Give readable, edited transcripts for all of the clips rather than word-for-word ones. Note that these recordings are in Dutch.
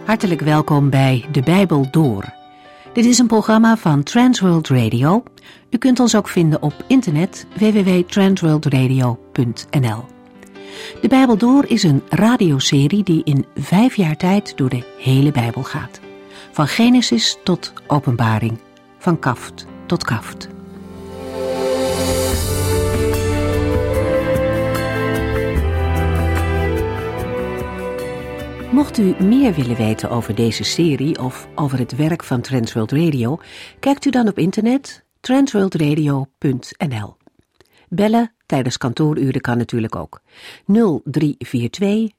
Hartelijk welkom bij De Bijbel Door. Dit is een programma van Transworld Radio. U kunt ons ook vinden op internet www.transworldradio.nl. De Bijbel Door is een radioserie die in 5 jaar tijd door de hele Bijbel gaat. Van Genesis tot Openbaring, van kaft tot kaft. Mocht u meer willen weten over deze serie of over het werk van Transworld Radio, kijkt u dan op internet transworldradio.nl. Bellen tijdens kantooruren kan natuurlijk ook. 0342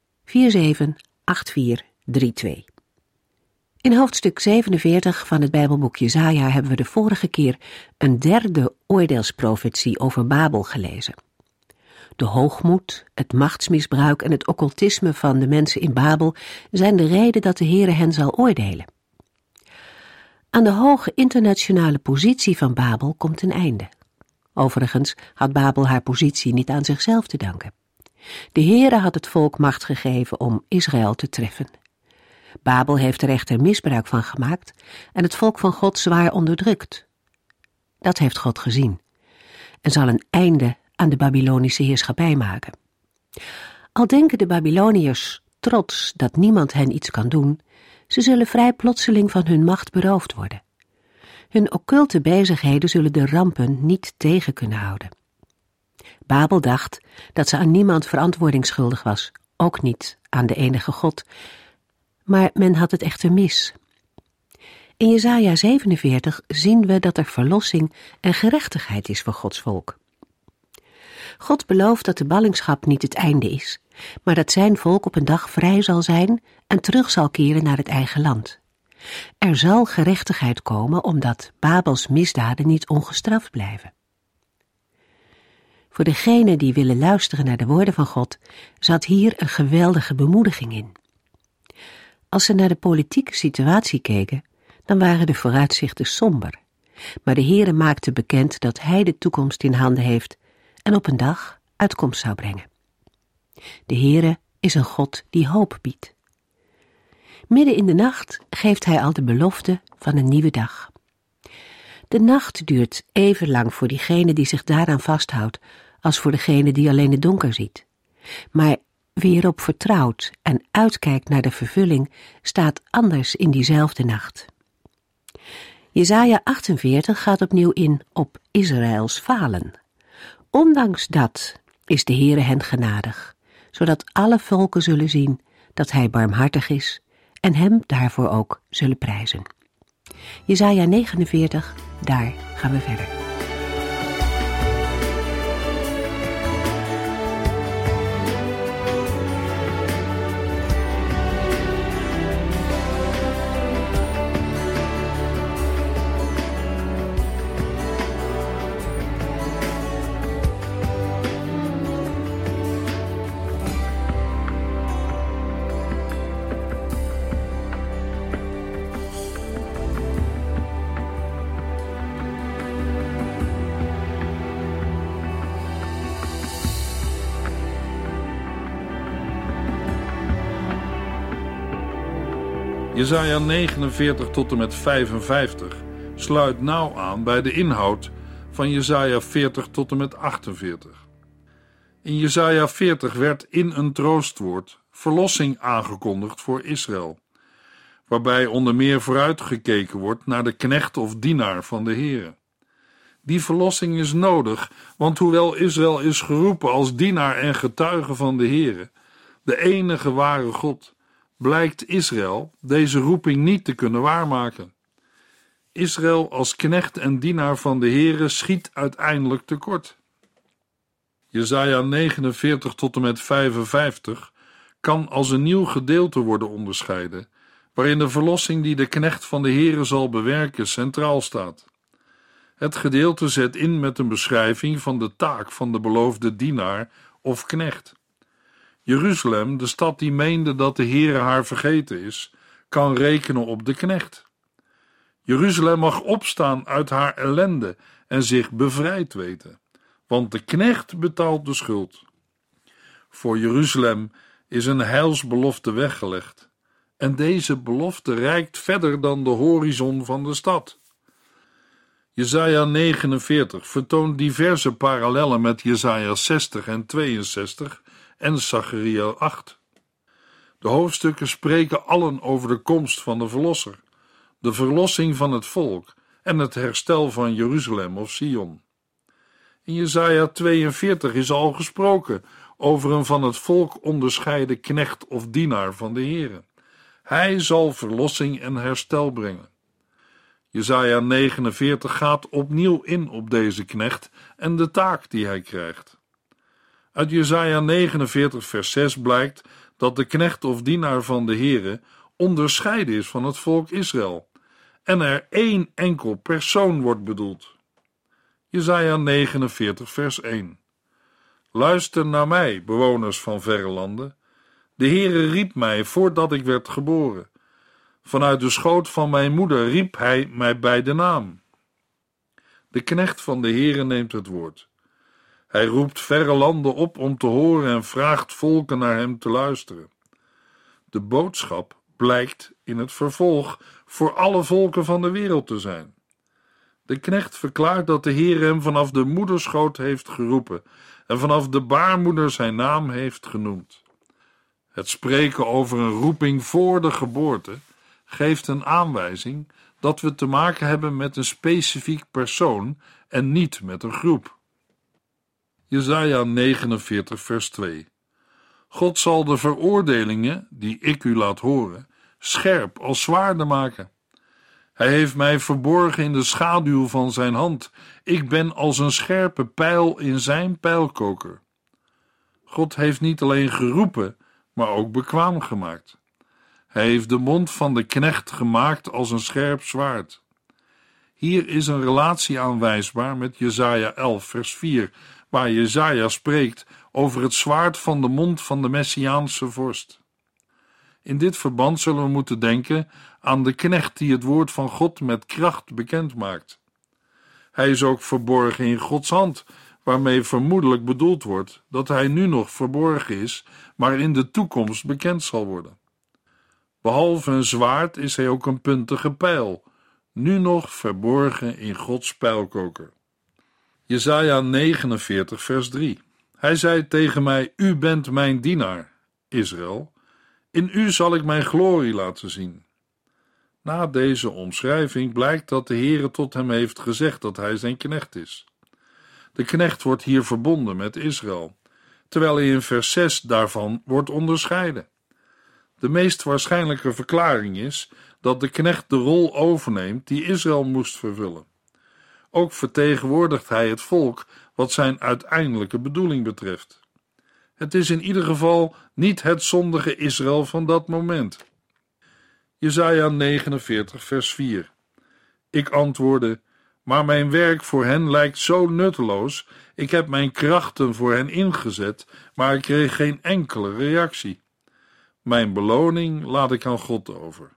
478432. In hoofdstuk 47 van het Bijbelboek Jesaja hebben we de vorige keer een derde oordeelsprofetie over Babel gelezen. De hoogmoed, het machtsmisbruik en het occultisme van de mensen in Babel zijn de reden dat de Heere hen zal oordelen. Aan de hoge internationale positie van Babel komt een einde. Overigens had Babel haar positie niet aan zichzelf te danken. De Heere had het volk macht gegeven om Israël te treffen. Babel heeft er echter misbruik van gemaakt en het volk van God zwaar onderdrukt. Dat heeft God gezien en zal een einde aan de Babylonische heerschappij maken. Al denken de Babyloniërs trots dat niemand hen iets kan doen, ze zullen vrij plotseling van hun macht beroofd worden. Hun occulte bezigheden zullen de rampen niet tegen kunnen houden. Babel dacht dat ze aan niemand verantwoording schuldig was, ook niet aan de enige God, maar men had het echter mis. In Jesaja 47 zien we dat er verlossing en gerechtigheid is voor Gods volk. God belooft dat de ballingschap niet het einde is, maar dat zijn volk op een dag vrij zal zijn en terug zal keren naar het eigen land. Er zal gerechtigheid komen, omdat Babels misdaden niet ongestraft blijven. Voor degenen die willen luisteren naar de woorden van God, zat hier een geweldige bemoediging in. Als ze naar de politieke situatie keken, dan waren de vooruitzichten somber. Maar de Heere maakte bekend dat Hij de toekomst in handen heeft en op een dag uitkomst zou brengen. De Heere is een God die hoop biedt. Midden in de nacht geeft Hij al de belofte van een nieuwe dag. De nacht duurt even lang voor diegene die zich daaraan vasthoudt als voor degene die alleen het donker ziet. Maar wie erop vertrouwt en uitkijkt naar de vervulling, staat anders in diezelfde nacht. Jesaja 48 gaat opnieuw in op Israëls falen. Ondanks dat is de Heere hen genadig, zodat alle volken zullen zien dat Hij barmhartig is en Hem daarvoor ook zullen prijzen. Jesaja 49, daar gaan we verder. Jesaja 49 tot en met 55 sluit nauw aan bij de inhoud van Jesaja 40 tot en met 48. In Jesaja 40 werd in een troostwoord verlossing aangekondigd voor Israël, waarbij onder meer vooruitgekeken wordt naar de knecht of dienaar van de Heere. Die verlossing is nodig, want hoewel Israël is geroepen als dienaar en getuige van de Heere, de enige ware God, blijkt Israël deze roeping niet te kunnen waarmaken. Israël als knecht en dienaar van de Heere schiet uiteindelijk tekort. Jesaja 49 tot en met 55 kan als een nieuw gedeelte worden onderscheiden, waarin de verlossing die de knecht van de Heere zal bewerken centraal staat. Het gedeelte zet in met een beschrijving van de taak van de beloofde dienaar of knecht. Jeruzalem, de stad die meende dat de Heere haar vergeten is, kan rekenen op de knecht. Jeruzalem mag opstaan uit haar ellende en zich bevrijd weten, want de knecht betaalt de schuld. Voor Jeruzalem is een heilsbelofte weggelegd En deze belofte reikt verder dan de horizon van de stad. Jesaja 49 vertoont diverse parallellen met Jesaja 60 en 62 en Zacharia 8. De hoofdstukken spreken allen over de komst van de Verlosser, de verlossing van het volk en het herstel van Jeruzalem of Sion. In Jesaja 42 is al gesproken over een van het volk onderscheiden knecht of dienaar van de Heere. Hij zal verlossing en herstel brengen. Jesaja 49 gaat opnieuw in op deze knecht en de taak die hij krijgt. Uit Jesaja 49 vers 6 blijkt dat de knecht of dienaar van de Heere onderscheiden is van het volk Israël en er één enkel persoon wordt bedoeld. Jesaja 49 vers 1. Luister naar mij, bewoners van verre landen. De Heere riep mij voordat ik werd geboren. Vanuit de schoot van mijn moeder riep hij mij bij de naam. De knecht van de Heere neemt het woord. Hij roept verre landen op om te horen en vraagt volken naar hem te luisteren. De boodschap blijkt in het vervolg voor alle volken van de wereld te zijn. De knecht verklaart dat de Heer hem vanaf de moederschoot heeft geroepen en vanaf de baarmoeder zijn naam heeft genoemd. Het spreken over een roeping voor de geboorte geeft een aanwijzing dat we te maken hebben met een specifiek persoon en niet met een groep. Jesaja 49 vers 2. God zal de veroordelingen, die ik u laat horen, scherp als zwaarden maken. Hij heeft mij verborgen in de schaduw van zijn hand. Ik ben als een scherpe pijl in zijn pijlkoker. God heeft niet alleen geroepen, maar ook bekwaam gemaakt. Hij heeft de mond van de knecht gemaakt als een scherp zwaard. Hier is een relatie aanwijsbaar met Jesaja 11 vers 4, waar Jesaja spreekt over het zwaard van de mond van de Messiaanse vorst. In dit verband zullen we moeten denken aan de knecht die het woord van God met kracht bekend maakt. Hij is ook verborgen in Gods hand, waarmee vermoedelijk bedoeld wordt dat hij nu nog verborgen is, maar in de toekomst bekend zal worden. Behalve een zwaard is hij ook een puntige pijl, nu nog verborgen in Gods pijlkoker. Jesaja 49 vers 3. Hij zei tegen mij, u bent mijn dienaar, Israël. In u zal ik mijn glorie laten zien. Na deze omschrijving blijkt dat de Heere tot hem heeft gezegd dat hij zijn knecht is. De knecht wordt hier verbonden met Israël, terwijl hij in vers 6 daarvan wordt onderscheiden. De meest waarschijnlijke verklaring is dat de knecht de rol overneemt die Israël moest vervullen. Ook vertegenwoordigt hij het volk wat zijn uiteindelijke bedoeling betreft. Het is in ieder geval niet het zondige Israël van dat moment. Jesaja 49 vers 4. Ik antwoordde, maar mijn werk voor hen lijkt zo nutteloos, ik heb mijn krachten voor hen ingezet, maar ik kreeg geen enkele reactie. Mijn beloning laat ik aan God over.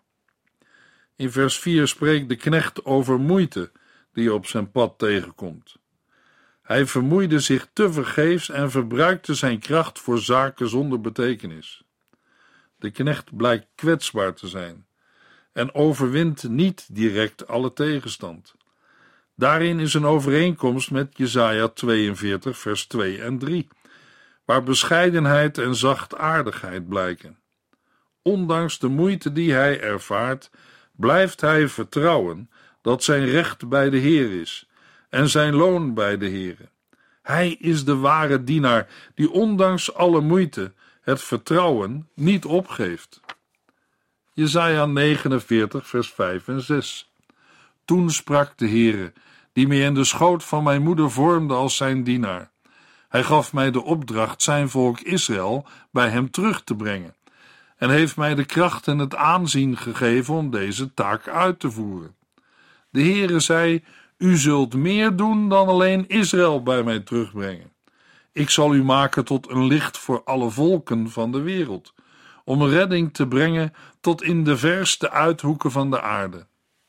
In vers 4 spreekt de knecht over moeite die hij op zijn pad tegenkomt. Hij vermoeide zich tevergeefs en verbruikte zijn kracht voor zaken zonder betekenis. De knecht blijkt kwetsbaar te zijn en overwint niet direct alle tegenstand. Daarin is een overeenkomst met Jesaja 42 vers 2 en 3, waar bescheidenheid en zachtaardigheid blijken. Ondanks de moeite die hij ervaart, blijft hij vertrouwen dat zijn recht bij de Heer is en zijn loon bij de Heere. Hij is de ware dienaar die ondanks alle moeite het vertrouwen niet opgeeft. Jesaja 49 vers 5 en 6. Toen sprak de Heere, die mij in de schoot van mijn moeder vormde als zijn dienaar. Hij gaf mij de opdracht zijn volk Israël bij hem terug te brengen en heeft mij de kracht en het aanzien gegeven om deze taak uit te voeren. De Heere zei, u zult meer doen dan alleen Israël bij mij terugbrengen. Ik zal u maken tot een licht voor alle volken van de wereld, om redding te brengen tot in de verste uithoeken van de aarde.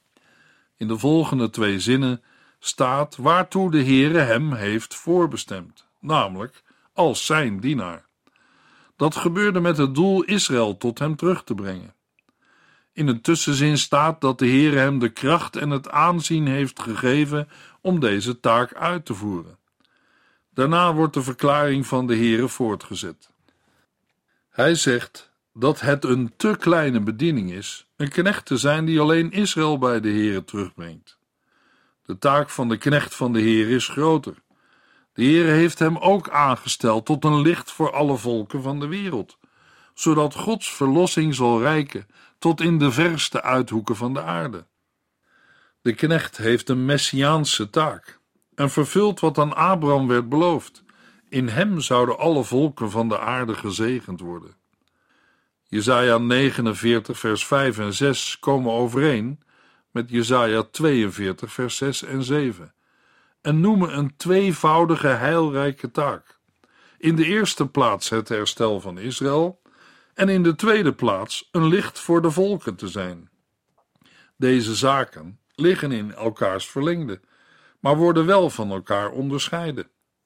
In de volgende 2 zinnen staat waartoe de Heere hem heeft voorbestemd, namelijk als zijn dienaar. Dat gebeurde met het doel Israël tot hem terug te brengen. In een tussenzin staat dat de Heere hem de kracht en het aanzien heeft gegeven om deze taak uit te voeren. Daarna wordt de verklaring van de Heere voortgezet. Hij zegt dat het een te kleine bediening is een knecht te zijn die alleen Israël bij de Heere terugbrengt. De taak van de knecht van de Heere is groter. De Heere heeft hem ook aangesteld tot een licht voor alle volken van de wereld, zodat Gods verlossing zal reiken tot in de verste uithoeken van de aarde. De knecht heeft een messiaanse taak en vervult wat aan Abraham werd beloofd. In hem zouden alle volken van de aarde gezegend worden. Jesaja 49 vers 5 en 6 komen overeen met Jesaja 42 vers 6 en 7 en noemen een tweevoudige heilrijke taak. In de eerste plaats het herstel van Israël en in de tweede plaats een licht voor de volken te zijn. Deze zaken liggen in elkaars verlengde, maar worden wel van elkaar onderscheiden.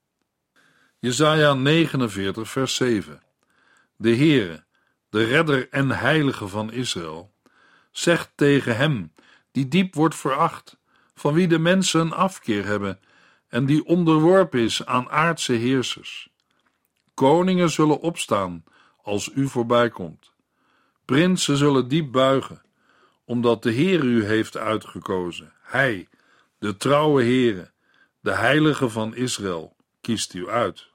Jesaja 49 vers 7. De Heere, de redder en heilige van Israël, zegt tegen hem die diep wordt veracht, van wie de mensen een afkeer hebben en die onderworpen is aan aardse heersers. Koningen zullen opstaan als u voorbij komt. Prinsen zullen diep buigen, omdat de Heer u heeft uitgekozen. Hij, de trouwe Heere, de heilige van Israël, kiest u uit.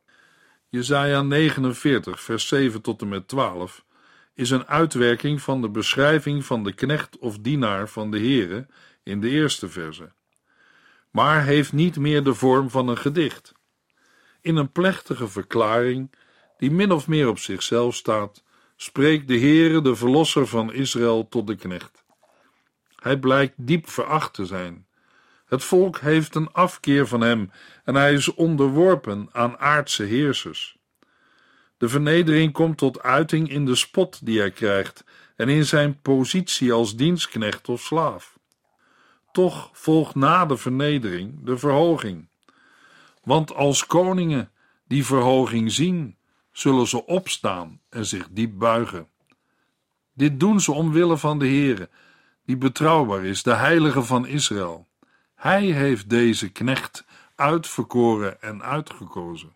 Jesaja 49 vers 7 tot en met 12 is een uitwerking van de beschrijving van de knecht of dienaar van de Heere in de eerste verse, maar heeft niet meer de vorm van een gedicht. In een plechtige verklaring, die min of meer op zichzelf staat, spreekt de Heere, de verlosser van Israël, tot de knecht. Hij blijkt diep veracht te zijn. Het volk heeft een afkeer van hem en hij is onderworpen aan aardse heersers. De vernedering komt tot uiting in de spot die hij krijgt en in zijn positie als dienstknecht of slaaf. Toch volgt na de vernedering de verhoging. Want als koningen die verhoging zien, zullen ze opstaan en zich diep buigen. Dit doen ze omwille van de Heere, die betrouwbaar is, de heilige van Israël. Hij heeft deze knecht uitverkoren en uitgekozen.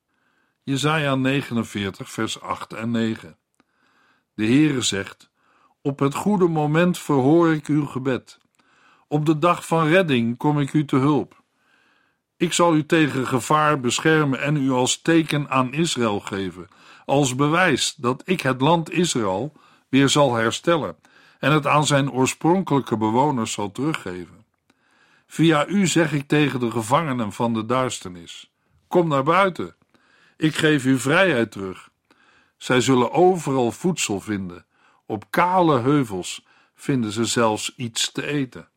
Jesaja 49 vers 8 en 9. De Heere zegt: op het goede moment verhoor ik uw gebed. Op de dag van redding kom ik u te hulp. Ik zal u tegen gevaar beschermen en u als teken aan Israël geven, als bewijs dat ik het land Israël weer zal herstellen en het aan zijn oorspronkelijke bewoners zal teruggeven. Via u zeg ik tegen de gevangenen van de duisternis: kom naar buiten, ik geef u vrijheid terug. Zij zullen overal voedsel vinden, op kale heuvels vinden ze zelfs iets te eten.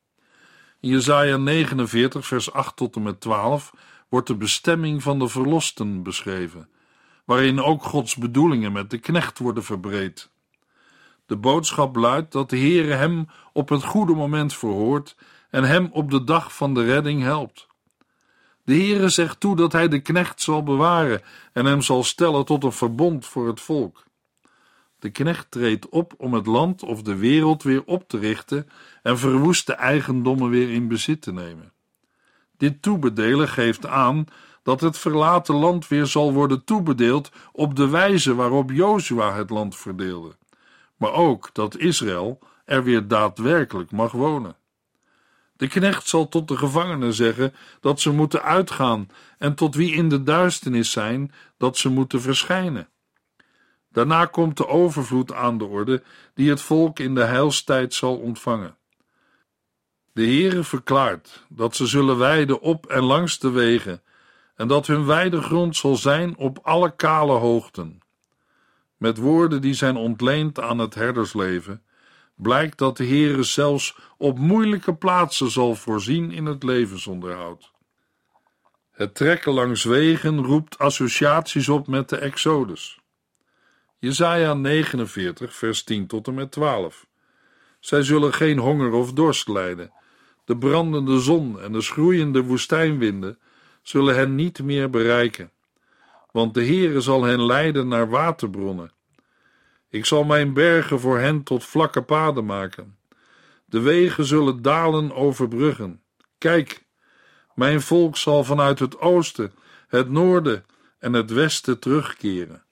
In Jesaja 49 vers 8 tot en met 12 wordt de bestemming van de verlosten beschreven, waarin ook Gods bedoelingen met de knecht worden verbreed. De boodschap luidt dat de Heere hem op het goede moment verhoort en hem op de dag van de redding helpt. De Heere zegt toe dat hij de knecht zal bewaren en hem zal stellen tot een verbond voor het volk. De knecht treedt op om het land of de wereld weer op te richten en verwoeste eigendommen weer in bezit te nemen. Dit toebedelen geeft aan dat het verlaten land weer zal worden toebedeeld op de wijze waarop Jozua het land verdeelde, maar ook dat Israël er weer daadwerkelijk mag wonen. De knecht zal tot de gevangenen zeggen dat ze moeten uitgaan en tot wie in de duisternis zijn dat ze moeten verschijnen. Daarna komt de overvloed aan de orde die het volk in de heilstijd zal ontvangen. De Heere verklaart dat ze zullen weiden op en langs de wegen en dat hun weidegrond zal zijn op alle kale hoogten. Met woorden die zijn ontleend aan het herdersleven blijkt dat de Heere zelfs op moeilijke plaatsen zal voorzien in het levensonderhoud. Het trekken langs wegen roept associaties op met de Exodus. Jesaja 49 vers 10 tot en met 12. Zij zullen geen honger of dorst lijden. De brandende zon en de schroeiende woestijnwinden zullen hen niet meer bereiken. Want de Heere zal hen leiden naar waterbronnen. Ik zal mijn bergen voor hen tot vlakke paden maken. De wegen zullen dalen overbruggen. Kijk, mijn volk zal vanuit het oosten, het noorden en het westen terugkeren.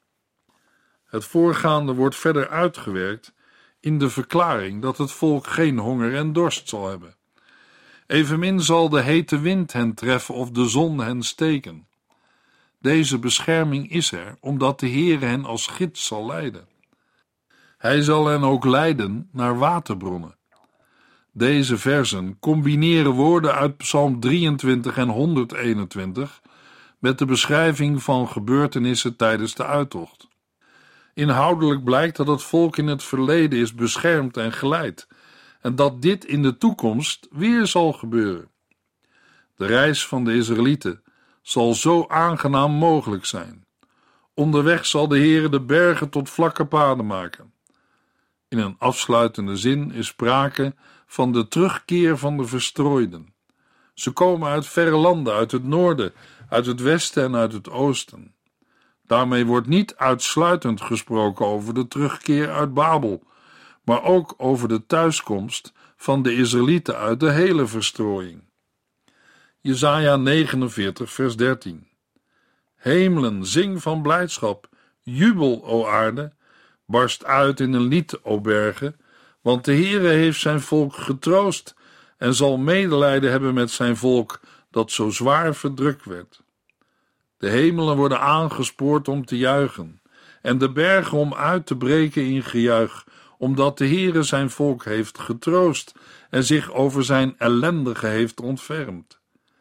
Het voorgaande wordt verder uitgewerkt in de verklaring dat het volk geen honger en dorst zal hebben. Evenmin zal de hete wind hen treffen of de zon hen steken. Deze bescherming is er, omdat de Heere hen als gids zal leiden. Hij zal hen ook leiden naar waterbronnen. Deze versen combineren woorden uit Psalm 23 en 121 met de beschrijving van gebeurtenissen tijdens de uittocht. Inhoudelijk blijkt dat het volk in het verleden is beschermd en geleid, en dat dit in de toekomst weer zal gebeuren. De reis van de Israëlieten zal zo aangenaam mogelijk zijn. Onderweg zal de Heere de bergen tot vlakke paden maken. In een afsluitende zin is sprake van de terugkeer van de verstrooiden. Ze komen uit verre landen, uit het noorden, uit het westen en uit het oosten. Daarmee wordt niet uitsluitend gesproken over de terugkeer uit Babel, maar ook over de thuiskomst van de Israëlieten uit de hele verstrooiing. Jesaja 49 vers 13. Hemelen, zing van blijdschap, jubel, o aarde, barst uit in een lied, o bergen, want de Heere heeft zijn volk getroost en zal medelijden hebben met zijn volk dat zo zwaar verdrukt werd. De hemelen worden aangespoord om te juichen en de bergen om uit te breken in gejuich, omdat de Heere zijn volk heeft getroost en zich over zijn ellendige heeft ontfermd.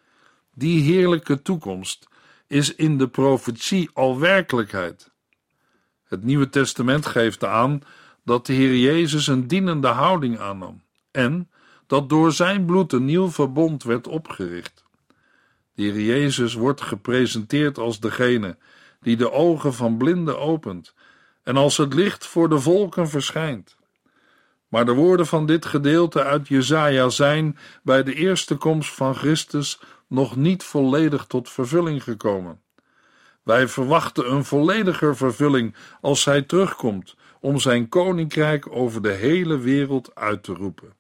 Die heerlijke toekomst is in de profetie al werkelijkheid. Het Nieuwe Testament geeft aan dat de Heer Jezus een dienende houding aannam en dat door zijn bloed een nieuw verbond werd opgericht. De Heer Jezus wordt gepresenteerd als degene die de ogen van blinden opent en als het licht voor de volken verschijnt. Maar de woorden van dit gedeelte uit Jesaja zijn bij de eerste komst van Christus nog niet volledig tot vervulling gekomen. Wij verwachten een vollediger vervulling als hij terugkomt om zijn koninkrijk over de hele wereld uit te roepen.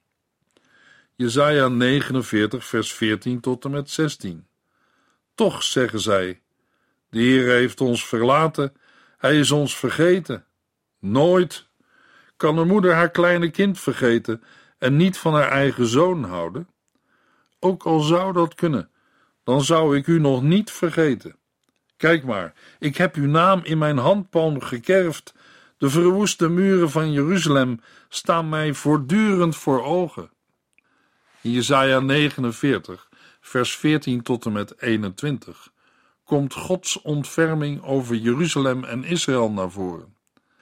Jesaja 49 vers 14 tot en met 16. Toch zeggen zij, de Heer heeft ons verlaten, hij is ons vergeten. Nooit kan een moeder haar kleine kind vergeten en niet van haar eigen zoon houden. Ook al zou dat kunnen, dan zou ik u nog niet vergeten. Kijk maar, ik heb uw naam in mijn handpalm gekerfd. De verwoeste muren van Jeruzalem staan mij voortdurend voor ogen. In Jesaja 49, vers 14 tot en met 21, komt Gods ontferming over Jeruzalem en Israël naar voren.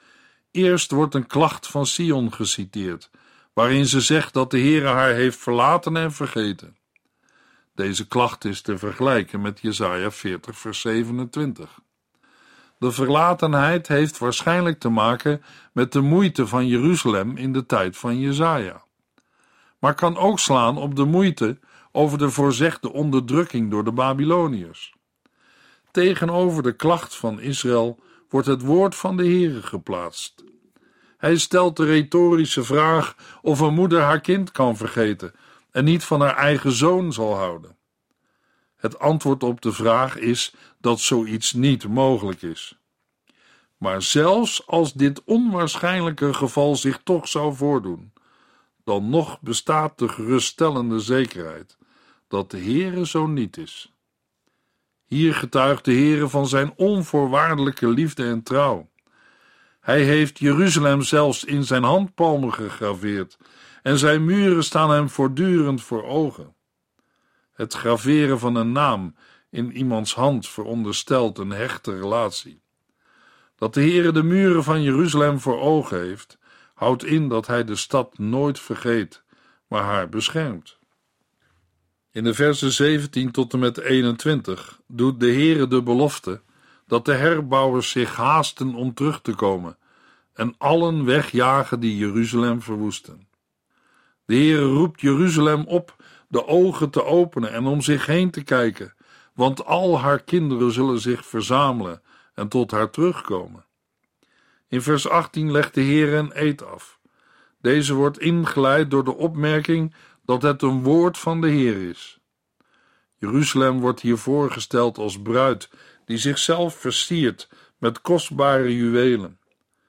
Eerst wordt een klacht van Sion geciteerd, waarin ze zegt dat de Heere haar heeft verlaten en vergeten. Deze klacht is te vergelijken met Jesaja 40 vers 27. De verlatenheid heeft waarschijnlijk te maken met de moeite van Jeruzalem in de tijd van Jesaja, maar kan ook slaan op de moeite over de voorzegde onderdrukking door de Babyloniërs. Tegenover de klacht van Israël wordt het woord van de Heere geplaatst. Hij stelt de retorische vraag of een moeder haar kind kan vergeten en niet van haar eigen zoon zal houden. Het antwoord op de vraag is dat zoiets niet mogelijk is. Maar zelfs als dit onwaarschijnlijke geval zich toch zou voordoen, dan nog bestaat de geruststellende zekerheid dat de Heere zo niet is. Hier getuigt de Heere van zijn onvoorwaardelijke liefde en trouw. Hij heeft Jeruzalem zelfs in zijn handpalmen gegraveerd en zijn muren staan hem voortdurend voor ogen. Het graveren van een naam in iemands hand veronderstelt een hechte relatie. Dat de Heere de muren van Jeruzalem voor ogen heeft, houdt in dat hij de stad nooit vergeet, maar haar beschermt. In de versen 17 tot en met 21 doet de Heere de belofte dat de herbouwers zich haasten om terug te komen en allen wegjagen die Jeruzalem verwoesten. De Heere roept Jeruzalem op de ogen te openen en om zich heen te kijken, want al haar kinderen zullen zich verzamelen en tot haar terugkomen. In vers 18 legt de Heer een eed af. Deze wordt ingeleid door de opmerking dat het een woord van de Heer is. Jeruzalem wordt hier voorgesteld als bruid die zichzelf versiert met kostbare juwelen.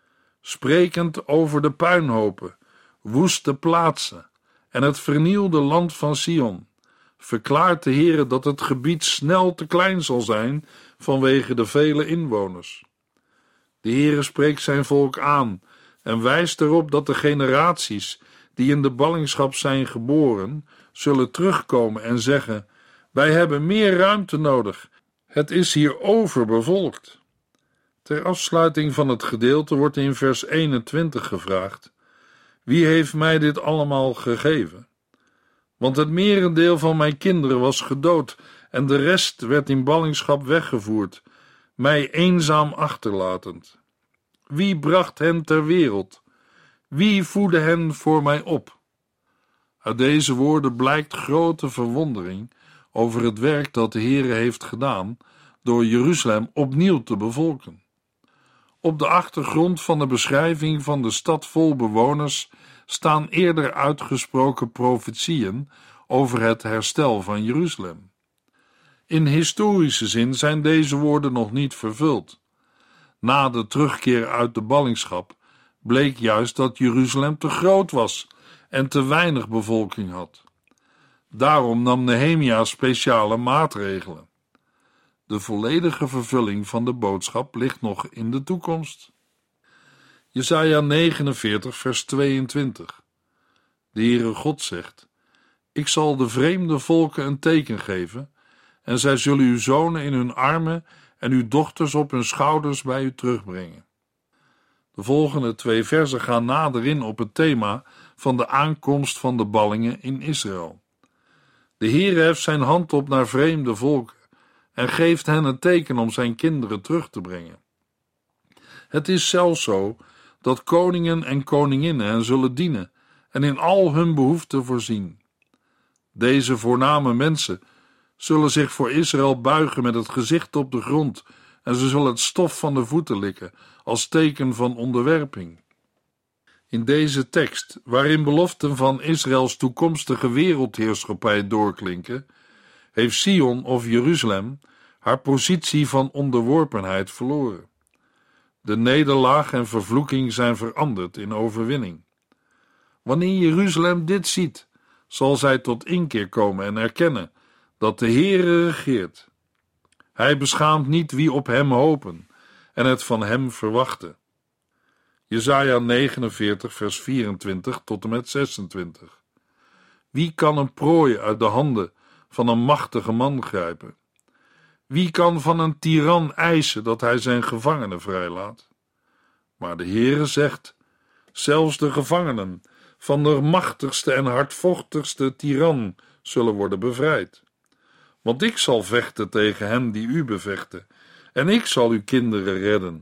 Sprekend over de puinhopen, woeste plaatsen en het vernielde land van Sion, verklaart de Heer dat het gebied snel te klein zal zijn vanwege de vele inwoners. De Heer spreekt zijn volk aan en wijst erop dat de generaties die in de ballingschap zijn geboren, zullen terugkomen en zeggen: wij hebben meer ruimte nodig, het is hier overbevolkt. Ter afsluiting van het gedeelte wordt in vers 21 gevraagd: wie heeft mij dit allemaal gegeven? Want het merendeel van mijn kinderen was gedood en de rest werd in ballingschap weggevoerd, mij eenzaam achterlatend. Wie bracht hen ter wereld? Wie voedde hen voor mij op? Uit deze woorden blijkt grote verwondering over het werk dat de Heere heeft gedaan door Jeruzalem opnieuw te bevolken. Op de achtergrond van de beschrijving van de stad vol bewoners staan eerder uitgesproken profetieën over het herstel van Jeruzalem. In historische zin zijn deze woorden nog niet vervuld. Na de terugkeer uit de ballingschap bleek juist dat Jeruzalem te groot was en te weinig bevolking had. Daarom nam Nehemia speciale maatregelen. De volledige vervulling van de boodschap ligt nog in de toekomst. Jesaja 49 vers 22. De Heere God zegt: ik zal de vreemde volken een teken geven, en zij zullen uw zonen in hun armen en uw dochters op hun schouders bij u terugbrengen. De volgende 2 versen gaan nader in op het thema van de aankomst van de ballingen in Israël. De Heere heft zijn hand op naar vreemde volken en geeft hen een teken om zijn kinderen terug te brengen. Het is zelfs zo dat koningen en koninginnen hen zullen dienen en in al hun behoeften voorzien. Deze voorname mensen zullen zich voor Israël buigen met het gezicht op de grond en ze zullen het stof van de voeten likken als teken van onderwerping. In deze tekst, waarin beloften van Israëls toekomstige wereldheerschappij doorklinken, heeft Sion of Jeruzalem haar positie van onderworpenheid verloren. De nederlaag en vervloeking zijn veranderd in overwinning. Wanneer Jeruzalem dit ziet, zal zij tot inkeer komen en erkennen dat de Heere regeert. Hij beschaamt niet wie op hem hopen en het van hem verwachten. Jesaja 49 vers 24 tot en met 26. Wie kan een prooi uit de handen van een machtige man grijpen? Wie kan van een tiran eisen dat hij zijn gevangenen vrijlaat? Maar de Heere zegt: zelfs de gevangenen van de machtigste en hardvochtigste tiran zullen worden bevrijd. Want ik zal vechten tegen hen die u bevechten, en ik zal uw kinderen redden.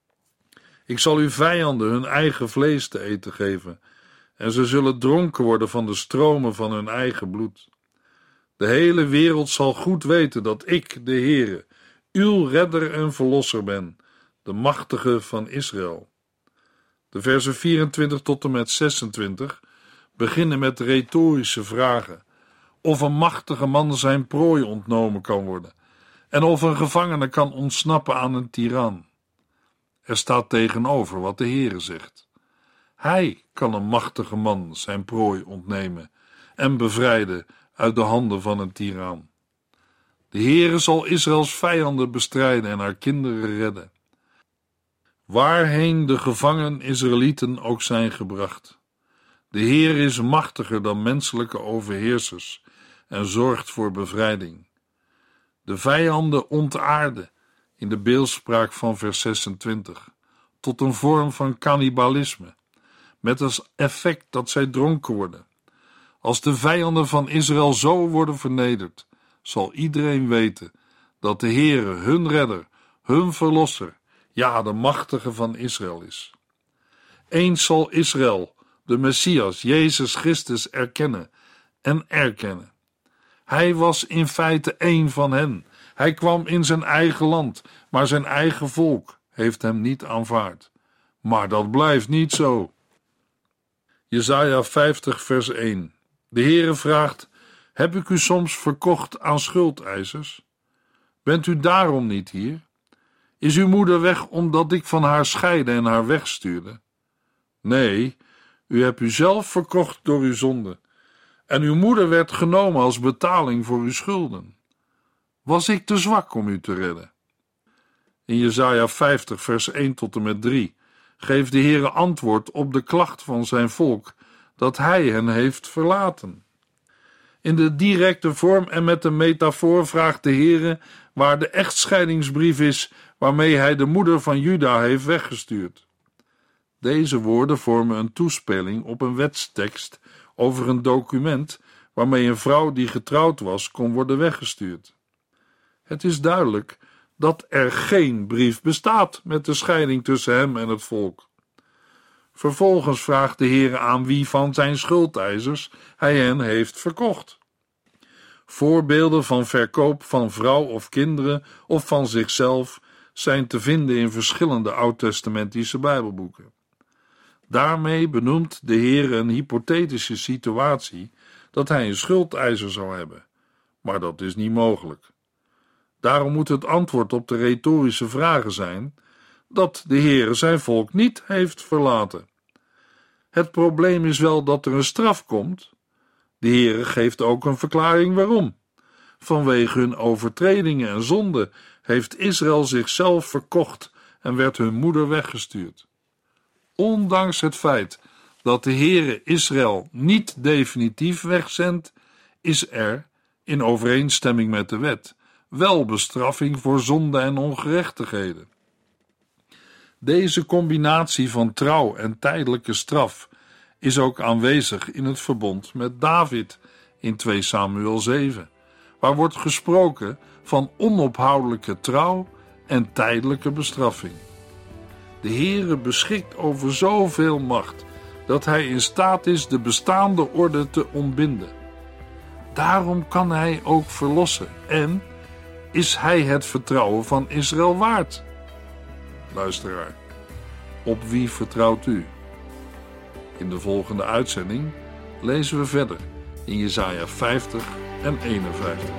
Ik zal uw vijanden hun eigen vlees te eten geven, en ze zullen dronken worden van de stromen van hun eigen bloed. De hele wereld zal goed weten dat ik, de Heere, uw redder en verlosser ben, de machtige van Israël. De versen 24 tot en met 26 beginnen met retorische vragen: of een machtige man zijn prooi ontnomen kan worden en of een gevangene kan ontsnappen aan een tiran. Er staat tegenover wat de Heere zegt. Hij kan een machtige man zijn prooi ontnemen en bevrijden uit de handen van een tiran. De Heere zal Israëls vijanden bestrijden en haar kinderen redden. Waarheen de gevangen Israëlieten ook zijn gebracht. De Heer is machtiger dan menselijke overheersers en zorgt voor bevrijding. De vijanden ontaarden, in de beeldspraak van vers 26, tot een vorm van kannibalisme, met als effect dat zij dronken worden. Als de vijanden van Israël zo worden vernederd, zal iedereen weten dat de Heere hun redder, hun verlosser, ja, de machtige van Israël is. Eens zal Israël de Messias, Jezus Christus, erkennen en erkennen. Hij was in feite één van hen. Hij kwam in zijn eigen land, maar zijn eigen volk heeft hem niet aanvaard. Maar dat blijft niet zo. Jesaja 50 vers 1. De Heere vraagt: heb ik u soms verkocht aan schuldeisers? Bent u daarom niet hier? Is uw moeder weg omdat ik van haar scheidde en haar wegstuurde? Nee, u hebt uzelf verkocht door uw zonde. En uw moeder werd genomen als betaling voor uw schulden. Was ik te zwak om u te redden? In Jesaja 50 vers 1 tot en met 3 geeft de Heere antwoord op de klacht van zijn volk dat hij hen heeft verlaten. In de directe vorm en met een metafoor vraagt de Heere waar de echtscheidingsbrief is waarmee hij de moeder van Juda heeft weggestuurd. Deze woorden vormen een toespeling op een wetstekst over een document waarmee een vrouw die getrouwd was kon worden weggestuurd. Het is duidelijk dat er geen brief bestaat met de scheiding tussen hem en het volk. Vervolgens vraagt de Heere aan wie van zijn schuldeisers hij hen heeft verkocht. Voorbeelden van verkoop van vrouw of kinderen of van zichzelf zijn te vinden in verschillende oud-testamentische Bijbelboeken. Daarmee benoemt de Heere een hypothetische situatie dat hij een schuldeiser zou hebben, maar dat is niet mogelijk. Daarom moet het antwoord op de retorische vragen zijn dat de Heere zijn volk niet heeft verlaten. Het probleem is wel dat er een straf komt. De Heere geeft ook een verklaring waarom. Vanwege hun overtredingen en zonden heeft Israël zichzelf verkocht en werd hun moeder weggestuurd. Ondanks het feit dat de Heere Israël niet definitief wegzendt, is er, in overeenstemming met de wet, wel bestraffing voor zonde en ongerechtigheden. Deze combinatie van trouw en tijdelijke straf is ook aanwezig in het verbond met David in 2 Samuel 7, waar wordt gesproken van onophoudelijke trouw en tijdelijke bestraffing. De Heere beschikt over zoveel macht dat hij in staat is de bestaande orde te ontbinden. Daarom kan hij ook verlossen en is hij het vertrouwen van Israël waard? Luisteraar, op wie vertrouwt u? In de volgende uitzending lezen we verder in Jesaja 50 en 51.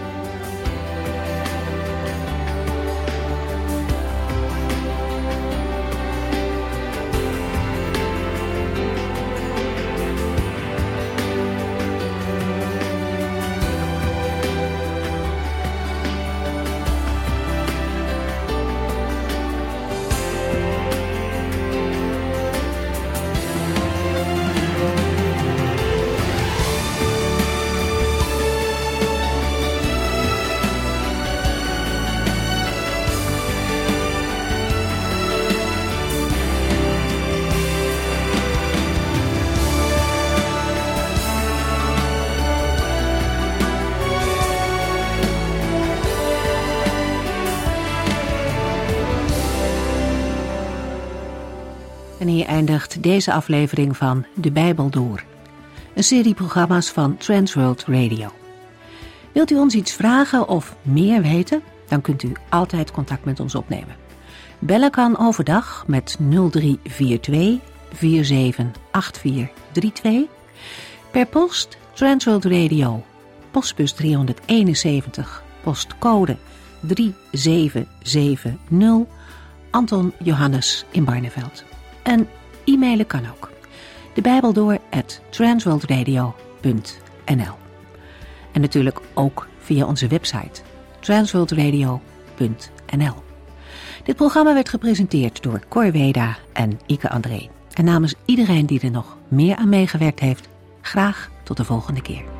En hier eindigt deze aflevering van De Bijbel Door. Een serie programma's van Transworld Radio. Wilt u ons iets vragen of meer weten? Dan kunt u altijd contact met ons opnemen. Bellen kan overdag met 0342 478432. Per post Transworld Radio. Postbus 371. Postcode 3770. Anton Johannes in Barneveld. En e-mailen kan ook. De Bijbel door @transworldradio.nl. En natuurlijk ook via onze website transworldradio.nl. Dit programma werd gepresenteerd door Cor Weda en Ike André. En namens iedereen die er nog meer aan meegewerkt heeft, graag tot de volgende keer.